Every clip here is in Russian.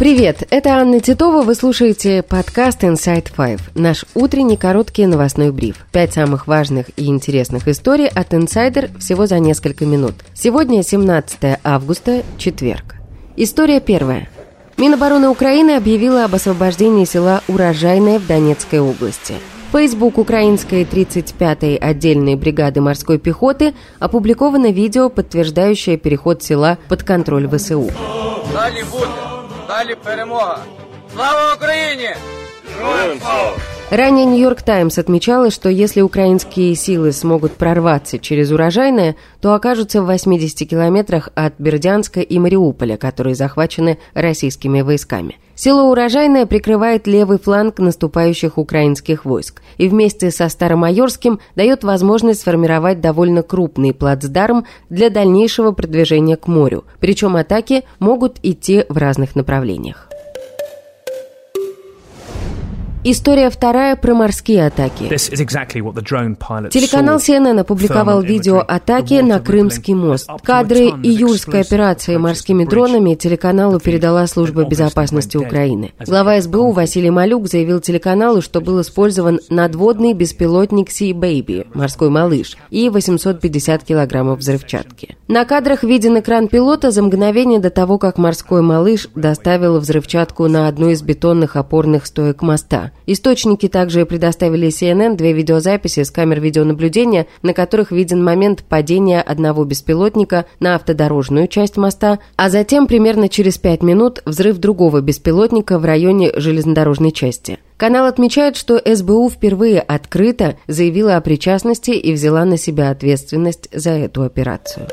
Привет, это Анна Титова, вы слушаете подкаст Inside Five, наш утренний короткий новостной бриф. 5 самых важных и интересных историй от Insider всего за несколько минут. Сегодня 17 августа, четверг. История первая. Минобороны Украины объявила об освобождении села Урожайное в Донецкой области. Facebook украинской 35-й отдельной бригады морской пехоты опубликовано видео, подтверждающее переход села под контроль ВСУ. Далі перемога! Слава Україні! Героям слава! Ранее «Нью-Йорк Таймс» отмечала, что если украинские силы смогут прорваться через Урожайное, то окажутся в 80 километрах от Бердянска и Мариуполя, которые захвачены российскими войсками. Село Урожайное прикрывает левый фланг наступающих украинских войск и вместе со Старомайорским дает возможность сформировать довольно крупный плацдарм для дальнейшего продвижения к морю, причем атаки могут идти в разных направлениях. История вторая про морские атаки. Телеканал CNN опубликовал видео атаки на Крымский мост. Кадры июльской операции морскими дронами телеканалу передала Служба безопасности Украины. Глава СБУ Василий Малюк заявил телеканалу, что был использован надводный беспилотник Sea Baby, морской малыш, и 850 килограммов взрывчатки. На кадрах виден экран пилота за мгновение до того, как морской малыш доставил взрывчатку на одну из бетонных опорных стоек моста. Источники также предоставили CNN 2 видеозаписи с камер видеонаблюдения, на которых виден момент падения одного беспилотника на автодорожную часть моста, а затем примерно через 5 минут взрыв другого беспилотника в районе железнодорожной части. Канал отмечает, что СБУ впервые открыто заявила о причастности и взяла на себя ответственность за эту операцию.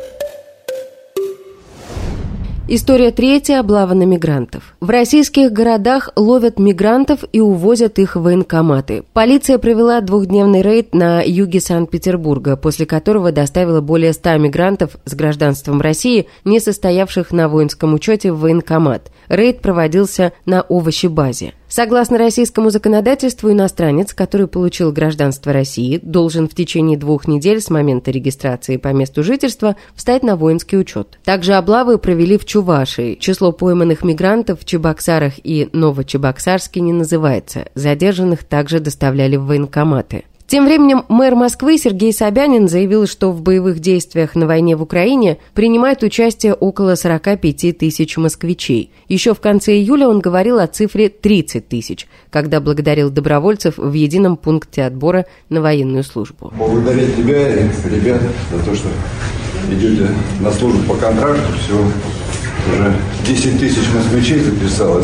История третья. Облава на мигрантов. В российских городах ловят мигрантов и увозят их в военкоматы. Полиция провела двухдневный рейд на юге Санкт-Петербурга, после которого доставила более 100 мигрантов с гражданством России, не состоявших на воинском учете, в военкомат. Рейд проводился на овощебазе. Согласно российскому законодательству, иностранец, который получил гражданство России, должен в течение 2 недель с момента регистрации по месту жительства встать на воинский учет. Также облавы провели в Чувашии. Число пойманных мигрантов в Чебоксарах и Новочебоксарске не называется. Задержанных также доставляли в военкоматы. Тем временем мэр Москвы Сергей Собянин заявил, что в боевых действиях на войне в Украине принимает участие около 45 тысяч москвичей. Еще в конце июля он говорил о цифре 30 тысяч, когда благодарил добровольцев в едином пункте отбора на военную службу. Благодарить тебя и ребят за то, что идете на службу по контракту. Всего уже 10 тысяч москвичей записалось.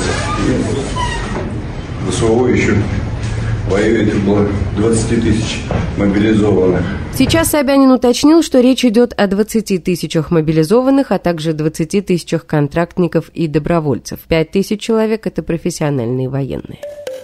И ВСУ еще воюет было 20 тысяч мобилизованных. Сейчас Собянин уточнил, что речь идет о 20 тысячах мобилизованных, а также 20 тысячах контрактников и добровольцев. 5 тысяч человек – это профессиональные военные.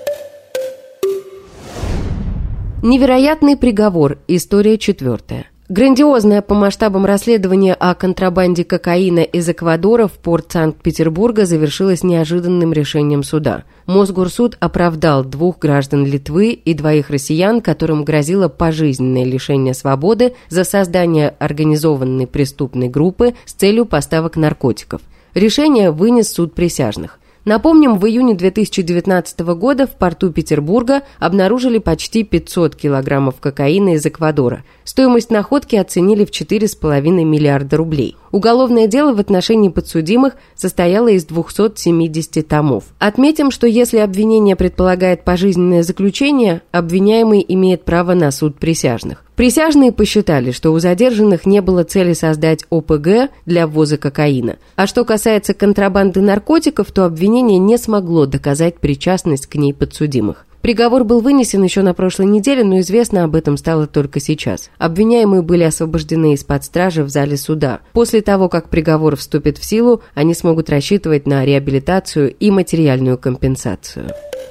Невероятный приговор. История четвертая. Грандиозное по масштабам расследование о контрабанде кокаина из Эквадора в порт Санкт-Петербурга завершилось неожиданным решением суда. Мосгорсуд оправдал 2 граждан Литвы и 2 россиян, которым грозило пожизненное лишение свободы за создание организованной преступной группы с целью поставок наркотиков. Решение вынес суд присяжных. Напомним, в июне 2019 года в порту Петербурга обнаружили почти 500 килограммов кокаина из Эквадора. Стоимость находки оценили в 4,5 миллиарда рублей. Уголовное дело в отношении подсудимых состояло из 270 томов. Отметим, что если обвинение предполагает пожизненное заключение, обвиняемый имеет право на суд присяжных. Присяжные посчитали, что у задержанных не было цели создать ОПГ для ввоза кокаина. А что касается контрабанды наркотиков, то обвинение не смогло доказать причастность к ней подсудимых. Приговор был вынесен еще на прошлой неделе, но известно об этом стало только сейчас. Обвиняемые были освобождены из-под стражи в зале суда. После того, как приговор вступит в силу, они смогут рассчитывать на реабилитацию и материальную компенсацию.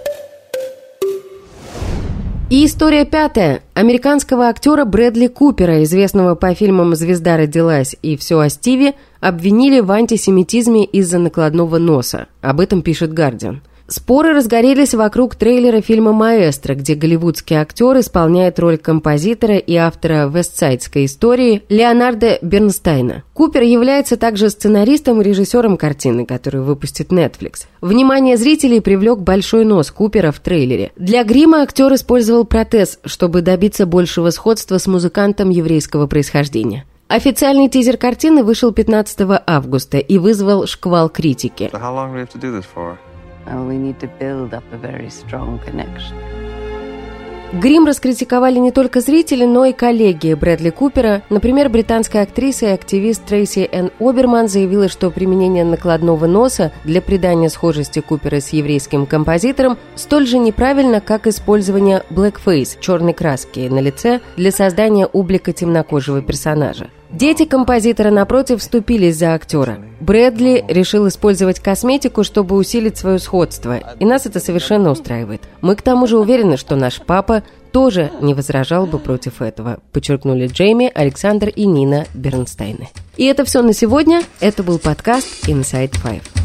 И история пятая. Американского актера Брэдли Купера, известного по фильмам «Звезда родилась» и «Все о Стиве», обвинили в антисемитизме из-за накладного носа. Об этом пишет «Гардиан». Споры разгорелись вокруг трейлера фильма «Маэстро», где голливудский актер исполняет роль композитора и автора вестсайдской истории Леонарда Бернстайна. Купер является также сценаристом и режиссером картины, которую выпустит Netflix. Внимание зрителей привлек большой нос Купера в трейлере. Для грима актер использовал протез, чтобы добиться большего сходства с музыкантом еврейского происхождения. Официальный тизер картины вышел 15 августа и вызвал шквал критики. Грим раскритиковали не только зрители, но и коллеги Брэдли Купера. Например, британская актриса и активист Трейси Энн Оберман заявила, что применение накладного носа для придания схожести Купера с еврейским композитором столь же неправильно, как использование blackface, черной краски, на лице для создания облика темнокожего персонажа. Дети композитора, напротив, вступились за актера. Брэдли решил использовать косметику, чтобы усилить свое сходство, и нас это совершенно устраивает. Мы к тому же уверены, что наш папа тоже не возражал бы против этого, подчеркнули Джейми, Александр и Нина Бернстайны. И это все на сегодня. Это был подкаст Inside Five.